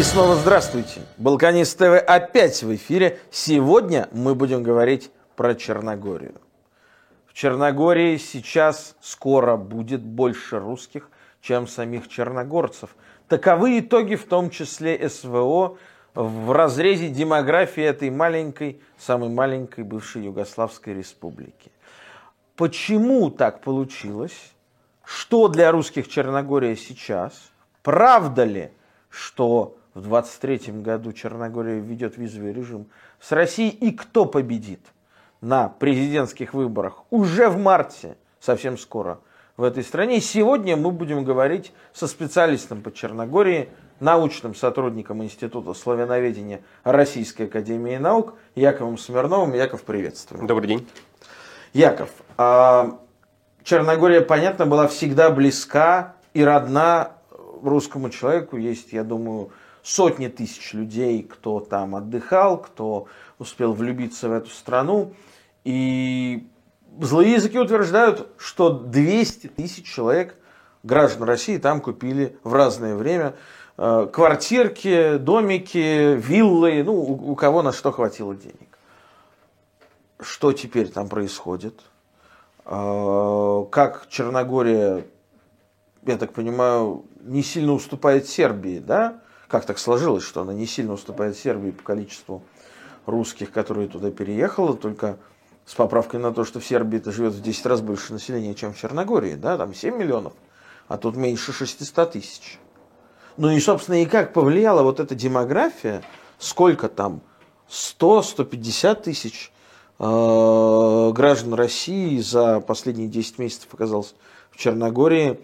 И снова здравствуйте. Балканист ТВ опять в эфире. Сегодня мы будем говорить про Черногорию. В Черногории сейчас скоро будет больше русских, чем самих черногорцев. Таковы итоги, в том числе СВО, в разрезе демографии этой маленькой, самой маленькой бывшей Югославской республики. Почему так получилось? Что для русских Черногория сейчас? Правда ли, что в 2023 году Черногория введет визовый режим с Россией? И кто победит на президентских выборах уже в марте, совсем скоро, в этой стране? И сегодня мы будем говорить со специалистом по Черногории, научным сотрудником Института славяноведения Российской академии наук Яковом Смирновым. Яков, приветствую. Добрый день. Яков, Черногория, понятно, была всегда близка и родна русскому человеку. Есть, я думаю, сотни тысяч людей, кто там отдыхал, кто успел влюбиться в эту страну. И злые языки утверждают, что 200 тысяч человек, граждан России, там купили в разное время квартирки, домики, виллы, ну, у кого на что хватило денег. Что теперь там происходит? Как Черногория, я так понимаю, не сильно уступает Сербии, да? Как так сложилось, что она не сильно уступает Сербии по количеству русских, которые туда переехало, только с поправкой на то, что в Сербии-то живет в 10 раз больше населения, чем в Черногории, да? Там 7 миллионов, а тут меньше 600 тысяч. Ну и, собственно, и как повлияла вот эта демография, сколько там, 100-150 тысяч граждан России за последние 10 месяцев оказалось в Черногории.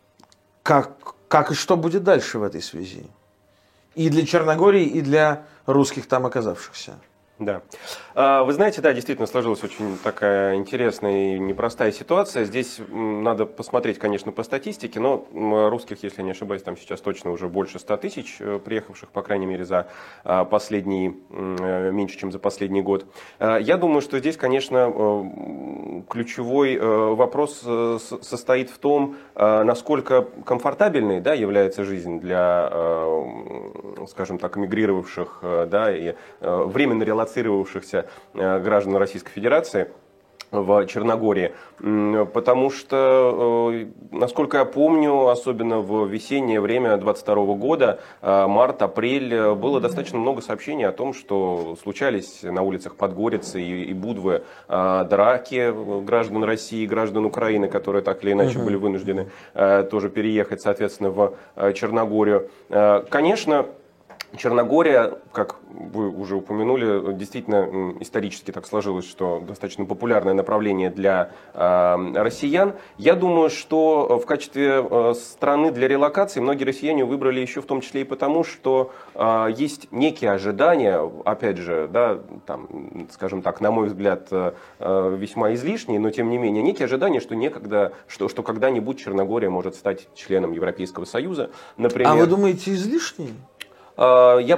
Как и что будет дальше в этой связи? И для Черногории, и для русских там оказавшихся. Да. Вы знаете, да, действительно сложилась очень такая интересная и непростая ситуация. Здесь надо посмотреть, конечно, по статистике, но русских, если не ошибаюсь, там сейчас точно уже больше 100 тысяч приехавших, по крайней мере, за последний, меньше, чем за последний год. Я думаю, что здесь, конечно, ключевой вопрос состоит в том, насколько комфортабельной, да, является жизнь для, скажем так, эмигрировавших, да, и временно релацировавшихся граждан Российской Федерации в Черногории, потому что, насколько я помню, особенно в весеннее время 2022 года, март-апрель, было достаточно много сообщений о том, что случались на улицах Подгорицы и Будвы драки граждан России, граждан Украины, которые так или иначе были вынуждены тоже переехать, соответственно, в Черногорию. Конечно, Черногория, как вы уже упомянули, действительно исторически так сложилось, что достаточно популярное направление для россиян. Я думаю, что в качестве страны для релокации многие россияне выбрали еще в том числе и потому, что есть некие ожидания, опять же, да, там, скажем так, на мой взгляд, весьма излишние, но тем не менее, некие ожидания, что когда-нибудь Черногория может стать членом Европейского Союза, например. А вы думаете, излишние? Я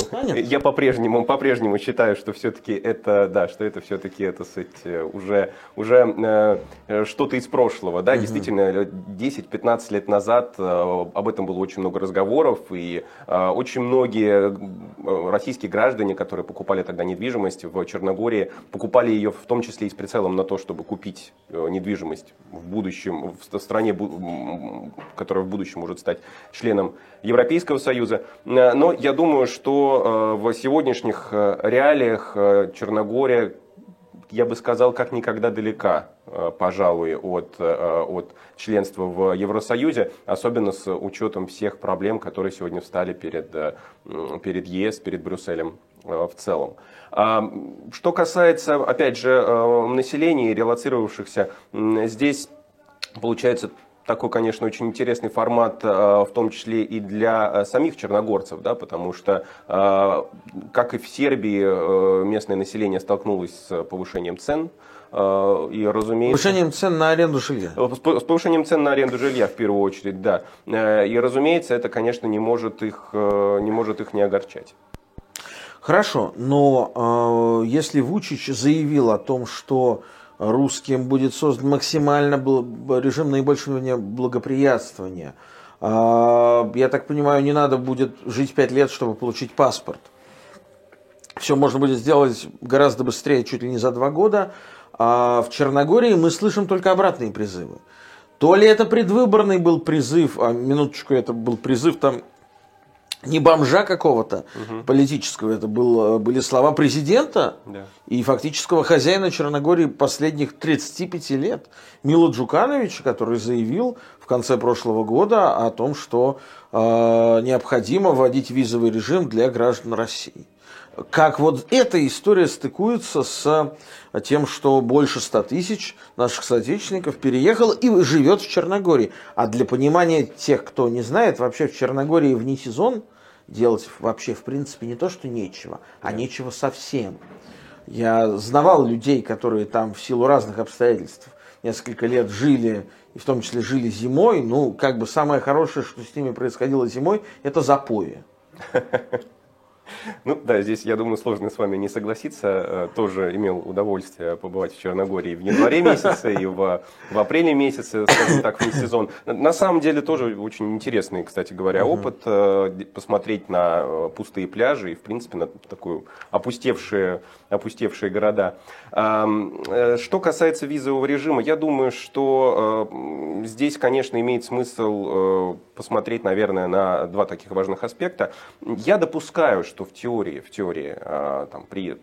по-прежнему считаю, что все-таки это, да, что это все-таки, это, уже что-то из прошлого, да, действительно, 10-15 лет назад об этом было очень много разговоров, и очень многие российские граждане, которые покупали тогда недвижимость в Черногории, покупали ее в том числе и с прицелом на то, чтобы купить недвижимость в будущем, в стране, которая в будущем может стать членом Европейского Союза. Но я думаю, что в сегодняшних реалиях Черногория, я бы сказал, как никогда далека, пожалуй, от членства в Евросоюзе, особенно с учетом всех проблем, которые сегодня встали перед ЕС, перед Брюсселем в целом. Что касается, опять же, населения и релоцировавшихся, здесь получается такой, конечно, очень интересный формат, в том числе и для самих черногорцев, да, потому что, как и в Сербии, местное население столкнулось с повышением цен. И, разумеется, повышением цен на аренду жилья. С повышением цен на аренду жилья, в первую очередь, да. И, разумеется, это, конечно, не может их не огорчать. Хорошо, но если Вучич заявил о том, что русским будет создан максимально режим наибольшего благоприятствования, Я так понимаю, не надо будет жить 5 лет, чтобы получить паспорт. Все можно будет сделать гораздо быстрее, чуть ли не за 2 года. А в Черногории мы слышим только обратные призывы. То ли это предвыборный был призыв, минуточку, это был призыв там не бомжа какого-то политического, это были слова президента и фактического хозяина Черногории последних 35 лет Мила Джукановича, который заявил в конце прошлого года о том, что необходимо вводить визовый режим для граждан России. Как вот эта история стыкуется с тем, что больше 100 тысяч наших соотечественников переехало и живет в Черногории. А для понимания тех, кто не знает, вообще в Черногории вне сезон делать вообще в принципе не то, что нечего, а нечего совсем. Я знавал людей, которые там в силу разных обстоятельств несколько лет жили, и в том числе жили зимой. Ну, как бы самое хорошее, что с ними происходило зимой, это запои. Ну да, здесь, я думаю, сложно с вами не согласиться. Тоже имел удовольствие побывать в Черногории в январе месяце и в апреле месяце, скажем так, в сезон. На самом деле тоже очень интересный, кстати говоря, опыт. Посмотреть на пустые пляжи и, в принципе, на такую опустевшие города. Что касается визового режима, я думаю, что здесь, конечно, имеет смысл посмотреть, наверное, на два таких важных аспекта. Я допускаю, что в теории, там,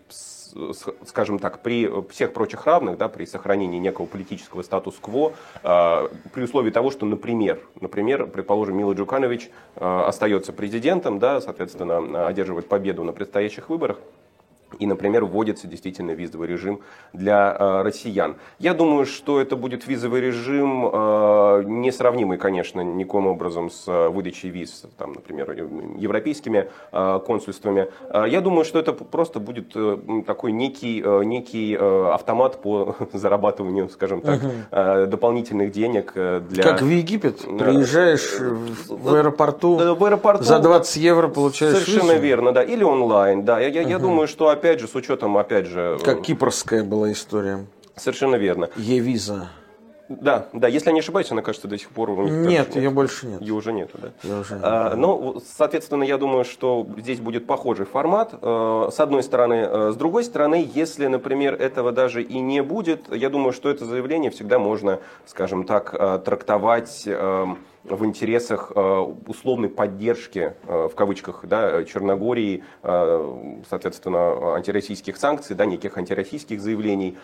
скажем так, при всех прочих равных, да, при сохранении некого политического статус-кво, при условии того, что, например, предположим, Мило Джуканович остается президентом, да, соответственно, одерживает победу на предстоящих выборах, и, например, вводится действительно визовый режим для россиян. Я думаю, что это будет визовый режим несравнимый, конечно, никоим образом с выдачей виз, там, например, европейскими консульствами. Я думаю, что это просто будет такой некий автомат по зарабатыванию, скажем так, дополнительных денег для... Как в Египет, приезжаешь в аэропорту, за 20 евро получаешь совершенно визу. Верно, да, или онлайн, да. Я думаю, что опять же, с учетом, как кипрская была история. Совершенно верно. Е-виза. Да, если я не ошибаюсь, она, кажется, до сих пор у них... Нет, ее больше нет. Ее уже нету, да? Ее уже нет. Ну, соответственно, я думаю, что здесь будет похожий формат, с одной стороны. С другой стороны, если, например, этого даже и не будет, я думаю, что это заявление всегда можно, скажем так, трактовать в интересах условной поддержки, в кавычках, да, Черногории, соответственно, антироссийских санкций, да, неких антироссийских заявлений,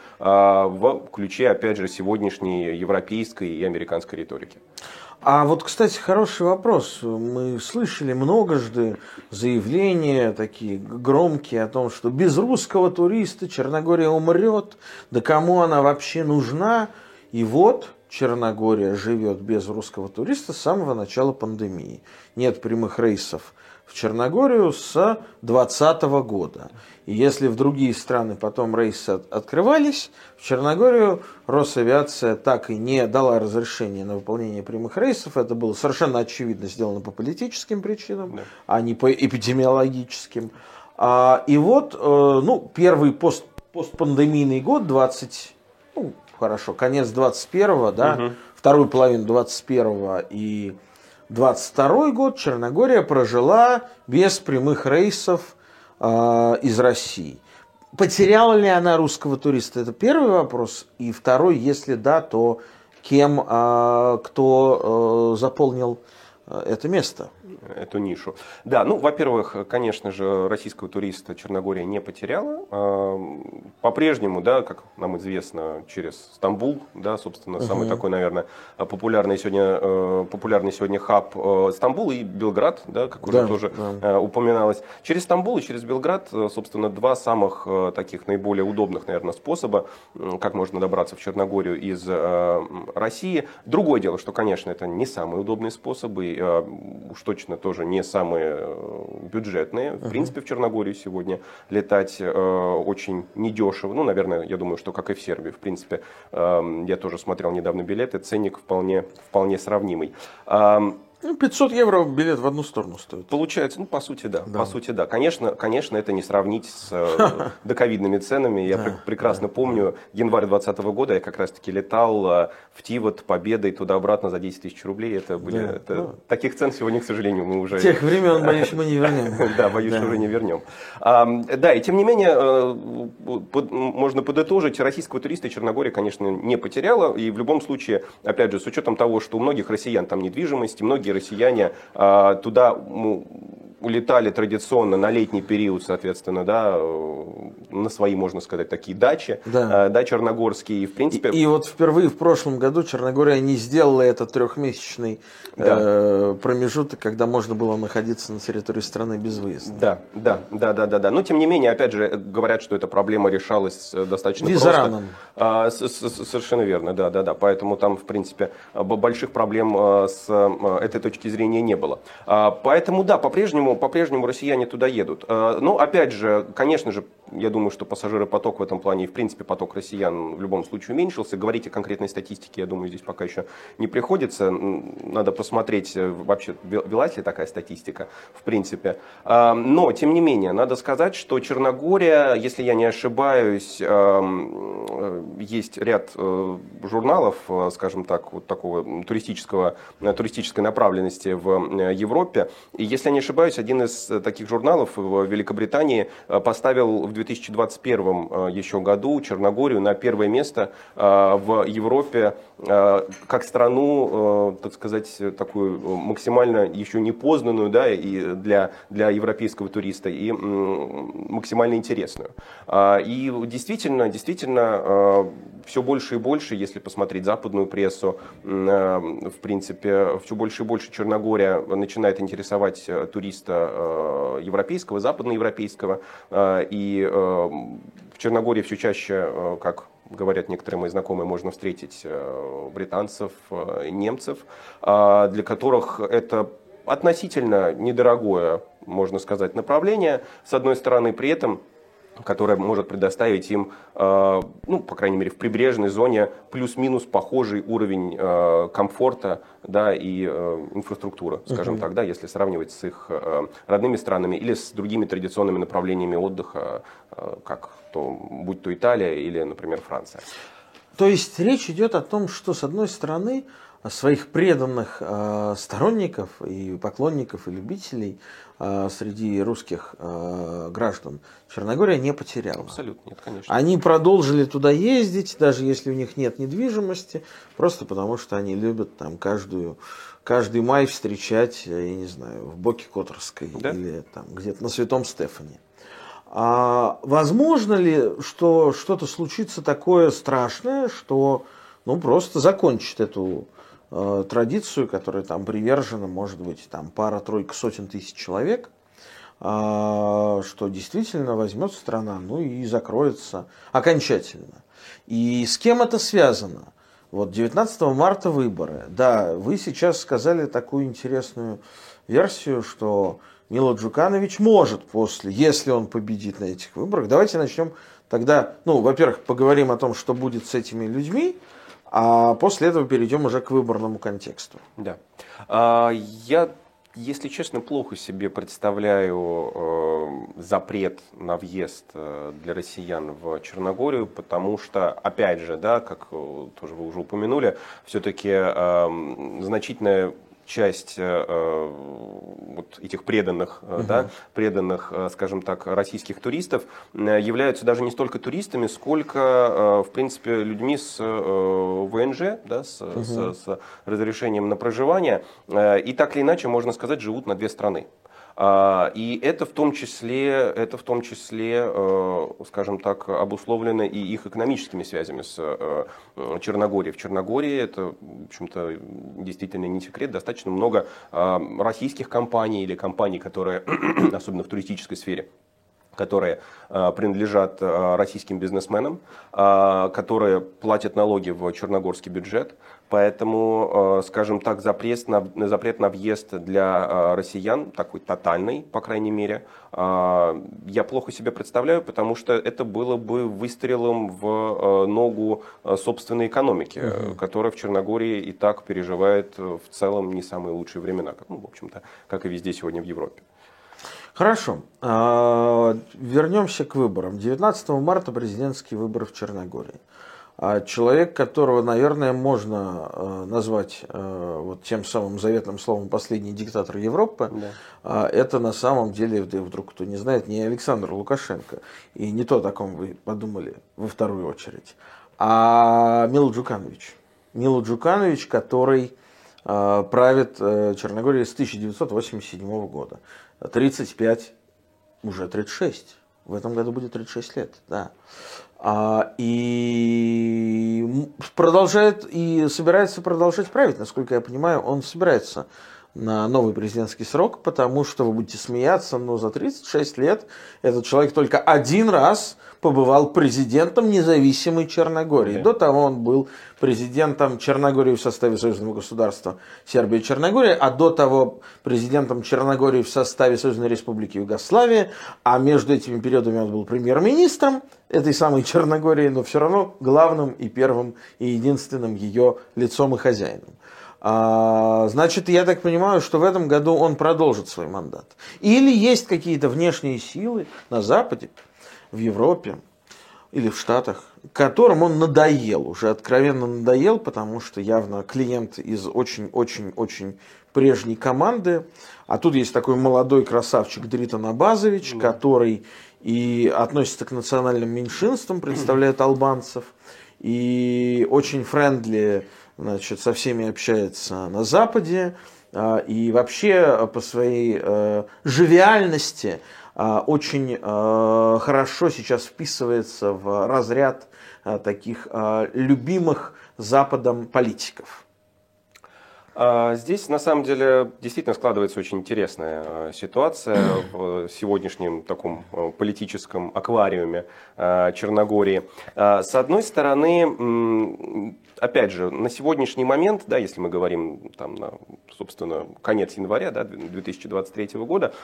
в ключе, опять же, сегодняшней европейской и американской риторики. А вот, кстати, хороший вопрос. Мы слышали многожды заявления такие громкие о том, что без русского туриста Черногория умрет, да кому она вообще нужна? И вот Черногория живет без русского туриста с самого начала пандемии. Нет прямых рейсов в Черногорию с 2020 года. И если в другие страны потом рейсы открывались, в Черногорию Росавиация так и не дала разрешение на выполнение прямых рейсов. Это было совершенно очевидно сделано по политическим причинам, а не по эпидемиологическим. И вот, первый постпандемийный год, конец 21-го, да, вторую половину 21-го и 22-й год Черногория прожила без прямых рейсов из России. Потеряла ли она русского туриста? Это первый вопрос. И второй, если да, то кем, кто заполнил это место? Эту нишу. Да, во-первых, конечно же, российского туриста Черногория не потеряла. По-прежнему, да, как нам известно, через Стамбул, да, собственно, самый такой, наверное, популярный сегодня хаб Стамбул и Белград, да, как уже тоже упоминалось. Через Стамбул и через Белград, собственно, два самых таких наиболее удобных, наверное, способа, как можно добраться в Черногорию из России. Другое дело, что, конечно, это не самые удобные способы, уж точно тоже не самые бюджетные. В принципе, в Черногорию сегодня летать очень недешево. Наверное, я думаю, что как и в Сербии. В принципе, я тоже смотрел недавно билеты, ценник вполне сравнимый. 500 евро билет в одну сторону стоит. Получается, по сути, да. По сути, да. Конечно, это не сравнить с доковидными ценами. Я прекрасно помню, январь 2020 года я как раз-таки летал в Тивот Победой туда-обратно за 10 тысяч рублей. Это были таких цен сегодня, к сожалению, мы уже... Тех времен, боюсь, мы не вернем. Да, боюсь, уже не вернем. Да, и тем не менее, можно подытожить, российского туриста Черногория, конечно, не потеряла. И в любом случае, опять же, с учетом того, что у многих россиян там недвижимость, многие россияне туда улетали традиционно на летний период, соответственно, да, на свои, можно сказать, такие дачи, да, черногорские. И, в принципе... и вот впервые в прошлом году Черногория не сделала этот трехмесячный промежуток, когда можно было находиться на территории страны без выезда. Да. Но, тем не менее, опять же, говорят, что эта проблема решалась достаточно визараном. просто. Совершенно верно, да. Поэтому там, в принципе, больших проблем с этой точки зрения не было. Поэтому, да, по-прежнему россияне туда едут. Но, опять же, конечно же, я думаю, что пассажиропоток в этом плане и, в принципе, поток россиян в любом случае уменьшился. Говорить о конкретной статистике, я думаю, здесь пока еще не приходится. Надо посмотреть, вообще велась ли такая статистика, в принципе. Но, тем не менее, надо сказать, что Черногория, если я не ошибаюсь, есть ряд журналов, скажем так, вот такого туристической направленности в Европе. И, если я не ошибаюсь, один из таких журналов в Великобритании поставил в 2021 еще году Черногорию на первое место в Европе как страну, так сказать, такую максимально еще непознанную, да, и для европейского туриста, и максимально интересную. И действительно, все больше и больше, если посмотреть западную прессу, в принципе, все больше и больше Черногория начинает интересовать туриста европейского, западноевропейского, и в Черногории все чаще, как говорят некоторые мои знакомые, можно встретить британцев, немцев, для которых это относительно недорогое, можно сказать, направление, с одной стороны, при этом которая может предоставить им, по крайней мере, в прибрежной зоне плюс-минус похожий уровень комфорта, да, и инфраструктуры, скажем так, да, если сравнивать с их родными странами или с другими традиционными направлениями отдыха, будь то Италия или, например, Франция. То есть речь идет о том, что, с одной стороны, своих преданных сторонников и поклонников и любителей среди русских граждан Черногория не потеряла. Абсолютно нет, конечно. Они продолжили туда ездить, даже если у них нет недвижимости, просто потому что они любят там каждый май встречать, я не знаю, в Боке Которской, да? Или там где-то на Святом Стефане. Возможно ли, что что-то случится такое страшное, что просто закончит эту традицию, которая там привержена, может быть, там пара-тройка сотен тысяч человек, что действительно возьмет страна, и закроется окончательно. И с кем это связано? Вот 19 марта выборы. Да, вы сейчас сказали такую интересную версию, что Мило Джуканович может если он победит на этих выборах. Давайте начнем тогда, во-первых, поговорим о том, что будет с этими людьми, а после этого перейдем уже к выборному контексту. Да. Я, если честно, плохо себе представляю запрет на въезд для россиян в Черногорию, потому что, опять же, да, как тоже вы уже упомянули, все-таки значительная часть этих преданных, скажем так, российских туристов являются даже не столько туристами, сколько, в принципе, людьми с ВНЖ, да, с разрешением на проживание, и так или иначе, можно сказать, живут на две страны. И это в том числе, скажем так, обусловлено и их экономическими связями с Черногорией. В Черногории это, в общем-то, действительно не секрет, достаточно много российских компаний или компаний, которые, особенно в туристической сфере, которые принадлежат российским бизнесменам, которые платят налоги в черногорский бюджет. Поэтому, скажем так, запрет на въезд для россиян, такой тотальный, по крайней мере, я плохо себе представляю, потому что это было бы выстрелом в ногу собственной экономики, которая в Черногории и так переживает в целом не самые лучшие времена, в общем-то, как и везде сегодня в Европе. Хорошо. Вернемся к выборам. 19 марта президентские выборы в Черногории. Человек, которого, наверное, можно назвать вот тем самым заветным словом «последний диктатор Европы», да. Это на самом деле, вдруг кто не знает, не Александр Лукашенко, и не то, о ком вы подумали во вторую очередь, а Мило Джуканович. Мило Джуканович, который правит Черногорией с 1987 года. 35, уже 36. В этом году будет 36 лет, да. И продолжает, и собирается продолжать править, насколько я понимаю, он собирается на новый президентский срок, потому что вы будете смеяться, но за 36 лет этот человек только один раз побывал президентом независимой Черногории. До того он был президентом Черногории в составе союзного государства Сербия и Черногория, а до того президентом Черногории в составе Союзной Республики Югославия, а между этими периодами он был премьер-министром этой самой Черногории, но все равно главным и первым и единственным ее лицом и хозяином. Значит, я так понимаю, что в этом году он продолжит свой мандат. Или есть какие-то внешние силы на Западе, в Европе или в Штатах, которым он надоел, уже откровенно надоел, потому что явно клиент из очень-очень-очень прежней команды. А тут есть такой молодой красавчик Дритон Абазович, который и относится к национальным меньшинствам, представляет албанцев, и очень френдли, значит, со всеми общается на Западе, и вообще по своей живиальности очень хорошо сейчас вписывается в разряд таких любимых Западом политиков. Здесь, на самом деле, действительно складывается очень интересная ситуация в сегодняшнем таком политическом аквариуме Черногории. С одной стороны, опять же, на сегодняшний момент, да, если мы говорим там, на, собственно, конец января 2023 года,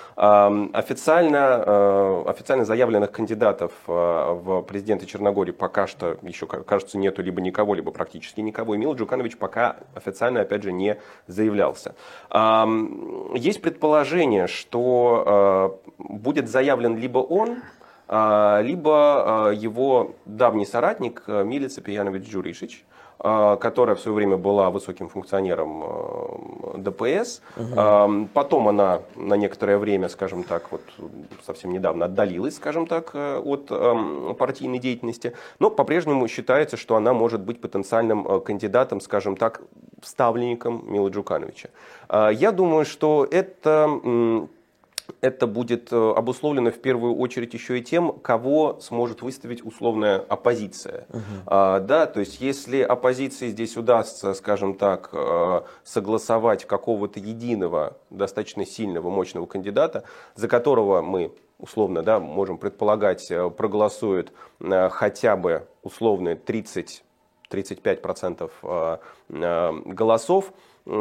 официально заявленных кандидатов в президенты Черногории пока что еще, кажется, нету либо никого, либо практически никого. И Мило Джуканович пока официально, опять же, не заявлялся. Есть предположение, что будет заявлен либо он, либо его давний соратник Милица Пиянович Джуришич, которая в свое время была высоким функционером ДПС. Потом она на некоторое время, скажем так, вот совсем недавно отдалилась, скажем так, от партийной деятельности. Но по-прежнему считается, что она может быть потенциальным кандидатом, скажем так, ставленником Мила Джукановича. Я думаю, что это будет обусловлено в первую очередь еще и тем, кого сможет выставить условная оппозиция. Да, то есть если оппозиции здесь удастся, скажем так, согласовать какого-то единого, достаточно сильного, мощного кандидата, за которого мы условно, да, можем предполагать, проголосуют хотя бы условные 30-35% голосов,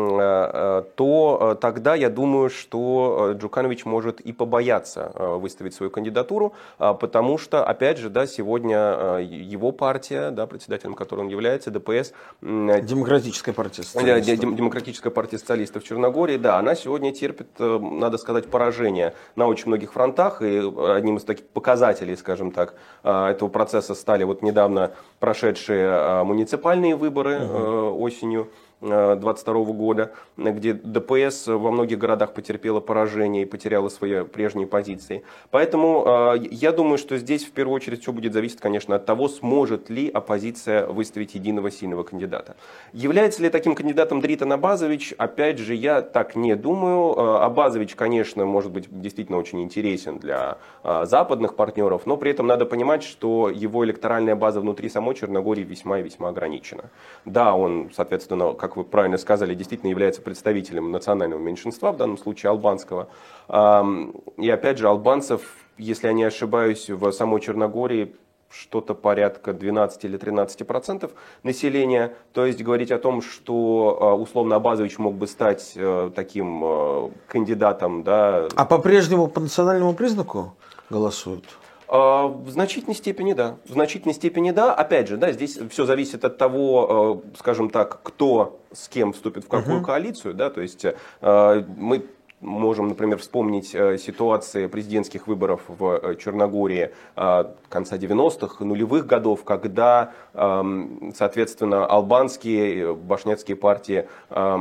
то тогда я думаю, что Джуканович может и побояться выставить свою кандидатуру, потому что, опять же, да, сегодня его партия, да, председателем которой он является, ДПС, Демократическая партия социалистов. Демократическая партия социалистов Черногории, да, она сегодня терпит, надо сказать, поражение на очень многих фронтах, и одним из таких показателей, скажем так, этого процесса стали вот недавно прошедшие муниципальные выборы осенью 2022 года, где ДПС во многих городах потерпела поражение и потеряла свои прежние позиции. Поэтому я думаю, что здесь в первую очередь все будет зависеть, конечно, от того, сможет ли оппозиция выставить единого сильного кандидата. Является ли таким кандидатом Дритон Абазович? Опять же, я так не думаю. Абазович, конечно, может быть действительно очень интересен для западных партнеров, но при этом надо понимать, что его электоральная база внутри самой Черногории весьма и весьма ограничена. Да, он, соответственно, как вы правильно сказали, действительно является представителем национального меньшинства, в данном случае албанского. И опять же, албанцев если я не ошибаюсь, в самой Черногории что-то порядка 12 или 13% населения. То есть говорить о том, что условно Абазович мог бы стать таким кандидатом. Да. А по-прежнему по национальному признаку голосуют? В значительной степени да. В значительной степени да. Опять же, да, здесь все зависит от того, скажем так, кто с кем вступит в какую коалицию. Да, то есть мы можем, например, вспомнить ситуации президентских выборов в Черногории конца 90-х, нулевых годов, когда, соответственно, албанские, бошняцкие партии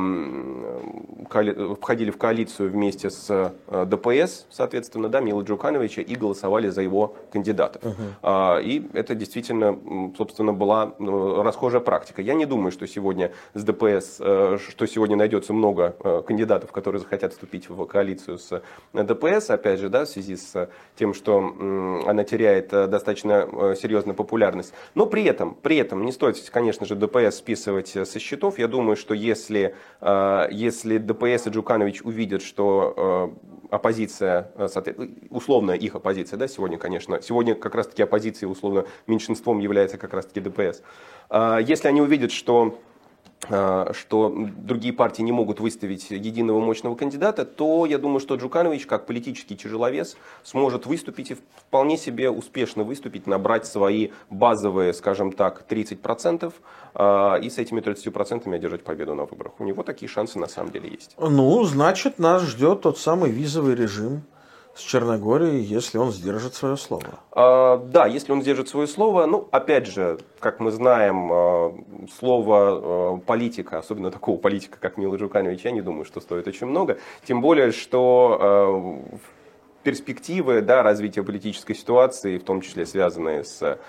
входили в коалицию вместе с ДПС, соответственно, да, Мила Джукановича, и голосовали за его кандидатов. И это действительно, собственно, была расхожая практика. Я не думаю, что сегодня с ДПС, что сегодня найдется много кандидатов, которые захотят вступить в коалицию с ДПС, опять же, да, в связи с тем, что она теряет достаточно серьезную популярность. Но при этом не стоит, конечно же, ДПС списывать со счетов. Я думаю, что если ДПС и Джуканович увидят, что оппозиция, условно их оппозиция, да, сегодня, конечно, сегодня как раз-таки оппозицией, условно, меньшинством является как раз-таки ДПС. Если они увидят, что другие партии не могут выставить единого мощного кандидата, то я думаю, что Джуканович, как политический тяжеловес, сможет выступить и вполне себе успешно выступить, набрать свои базовые, скажем так, 30%, и с этими 30% одержать победу на выборах. У него такие шансы на самом деле есть. Ну, значит, нас ждет тот самый визовый режим с Черногорией, если он сдержит свое слово. Да, если он сдержит свое слово. Ну, опять же, как мы знаем, слово политика, особенно такого политика, как Мила Джуканович, я не думаю, что стоит очень много. Тем более, что перспективы, да, развития политической ситуации, в том числе связанные с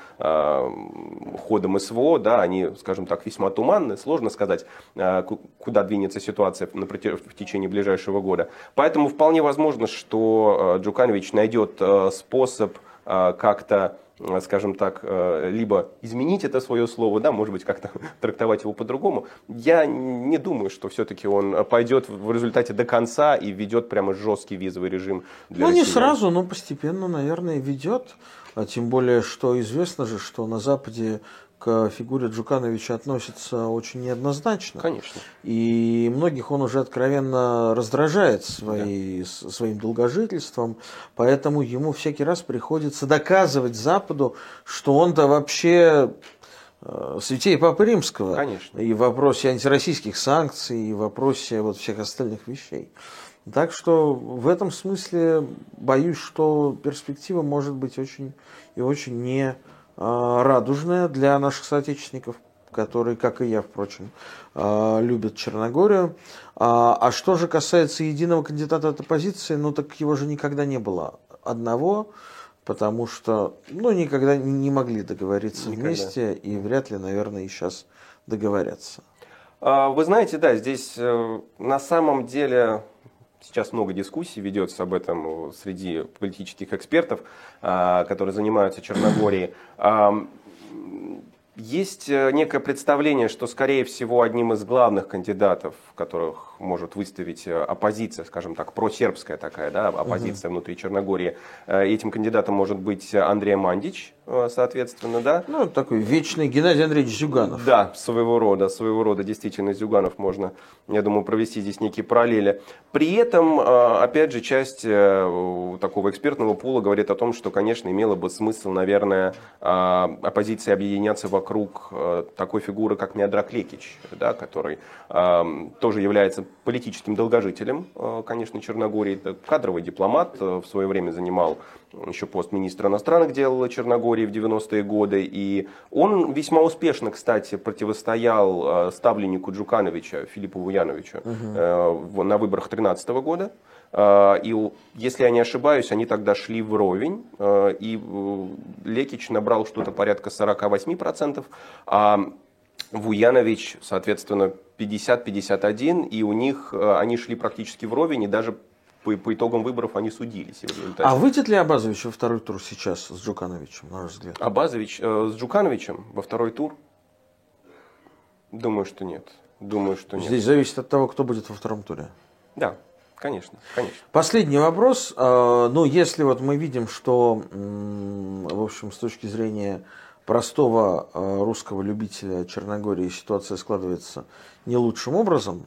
ходом СВО, да, они, скажем так, весьма туманны. Сложно сказать, куда двинется ситуация в течение ближайшего года. Поэтому вполне возможно, что Джуканович найдет способ как-то, скажем так, либо изменить это свое слово, да, может быть, как-то трактовать его по-другому. Я не думаю, что все-таки он пойдет в результате до конца и введет прямо жесткий визовый режим для россиян. Не сразу, но постепенно, наверное, ведет. А тем более, что известно же, что на Западе к фигуре Джукановича относятся очень неоднозначно. Конечно. И многих он уже откровенно раздражает своим долгожительством, поэтому ему всякий раз приходится доказывать Западу, что он-то вообще святей Папы Римского. Конечно. И в вопросе антироссийских санкций, и в вопросе вот всех остальных вещей. Так что в этом смысле боюсь, что перспектива может быть очень и очень не радужная для наших соотечественников, которые, как и я, впрочем, любят Черногорию. А что же касается единого кандидата от оппозиции, ну так его же никогда не было одного, потому что никогда не могли договориться вместе и вряд ли, наверное, и сейчас договорятся. Вы знаете, да, здесь на самом деле сейчас много дискуссий ведется об этом среди политических экспертов, которые занимаются Черногорией. Есть некое представление, что, скорее всего, одним из главных кандидатов, которых может выставить оппозиция, скажем так, просербская такая, да, оппозиция внутри Черногории, этим кандидатом может быть Андрей Мандич, соответственно, да. Такой вечный Геннадий Андреевич Зюганов. Да, своего рода, действительно, Зюганов можно, я думаю, провести здесь некие параллели. При этом, опять же, часть такого экспертного пула говорит о том, что, конечно, имело бы смысл, наверное, оппозиции объединяться вокруг такой фигуры, как Миодраг Лекич, да, который тоже является политическим долгожителем, конечно, Черногории. Это кадровый дипломат, в свое время занимал еще пост министра иностранных дел Черногории в 90-е годы. И он весьма успешно, кстати, противостоял ставленнику Джукановича, Филиппу Вуяновичу, на выборах 2013 года. И, если я не ошибаюсь, они тогда шли вровень, и Лекич набрал что-то порядка 48%, а Вуянович, соответственно, 50-51%, и у них они шли практически вровень, и даже по итогам выборов они судились. А выйдет ли Абазович во второй тур сейчас с Джукановичем, на ваш взгляд? Абазович с Джукановичем во второй тур? Думаю, что нет. Здесь зависит от того, кто будет во втором туре. Да. Конечно, конечно. Последний вопрос. Ну, если вот мы видим, что, в общем, с точки зрения простого русского любителя Черногории ситуация складывается не лучшим образом,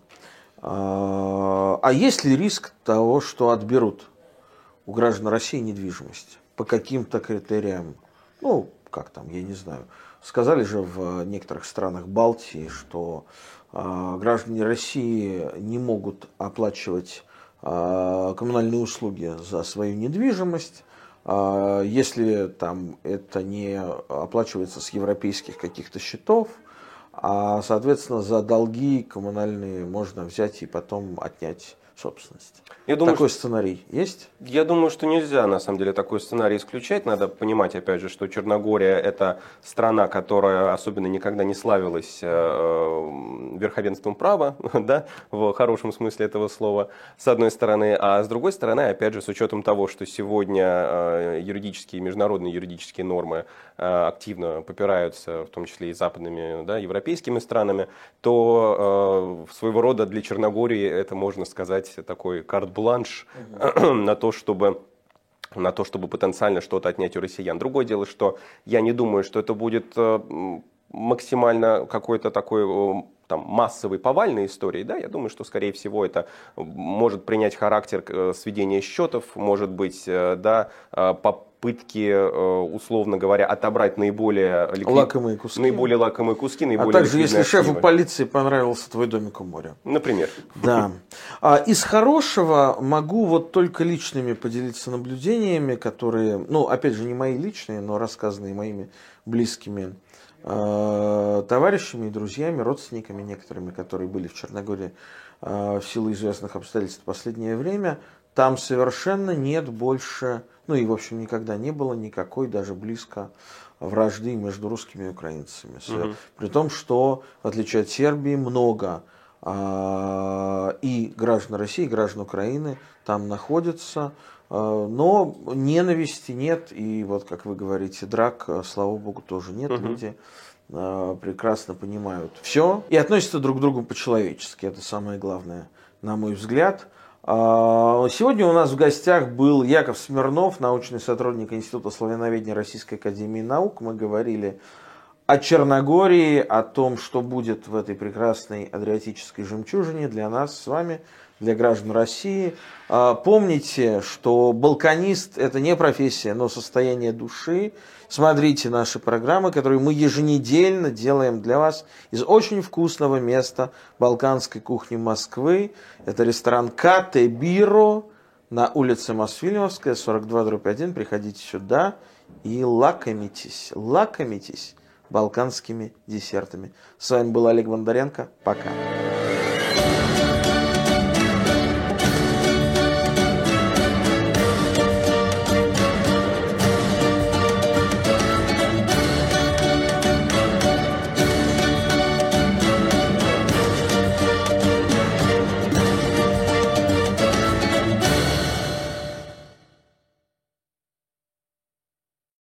а есть ли риск того, что отберут у граждан России недвижимость по каким-то критериям? Ну, как там, я не знаю. Сказали же в некоторых странах Балтии, что граждане России не могут оплачивать коммунальные услуги за свою недвижимость, если там это не оплачивается с европейских каких-то счетов, а, соответственно, за долги коммунальные можно взять и потом отнять собственность. Такой сценарий есть? Я думаю, что нельзя, на самом деле, такой сценарий исключать. Надо понимать, опять же, что Черногория – это страна, которая особенно никогда не славилась верховенством права, да, в хорошем смысле этого слова, с одной стороны. А с другой стороны, опять же, с учетом того, что сегодня международные юридические нормы активно попираются, в том числе и западными, да, европейскими странами, то своего рода для Черногории это, можно сказать, такой карт-бланш на то, чтобы потенциально что-то отнять у россиян. Другое дело, что я не думаю, что это будет максимально какой-то такой там, массовой повальной истории. Да? Я думаю, что, скорее всего, это может принять характер сведения счетов, может быть, да, попытки, условно говоря, отобрать наиболее лакомые куски, а также, если шефу полиции понравился твой домик у моря. Например. Да. Из хорошего могу вот только личными поделиться наблюдениями, которые, ну, опять же, не мои личные, но рассказанные моими близкими товарищами, друзьями, родственниками некоторыми, которые были в Черногории в силу известных обстоятельств в последнее время. Там совершенно нет больше, ну и в общем никогда не было никакой даже близко вражды между русскими и украинцами. При том, что в отличие от Сербии много и граждан России, и граждан Украины там находятся, но ненависти нет, и вот как вы говорите, драк, слава богу, тоже нет. Люди прекрасно понимают все и относятся друг к другу по-человечески. Это самое главное, на мой взгляд. Сегодня у нас в гостях был Яков Смирнов, научный сотрудник Института славяноведения Российской академии наук. Мы говорили о Черногории, о том, что будет в этой прекрасной адриатической жемчужине для нас с вами, для граждан России. Помните, что балканист – это не профессия, но состояние души. Смотрите наши программы, которые мы еженедельно делаем для вас из очень вкусного места балканской кухни Москвы. Это ресторан Кате Биро на улице Мосфильмовская, 42/1. Приходите сюда и лакомитесь балканскими десертами. С вами был Олег Бондаренко. Пока.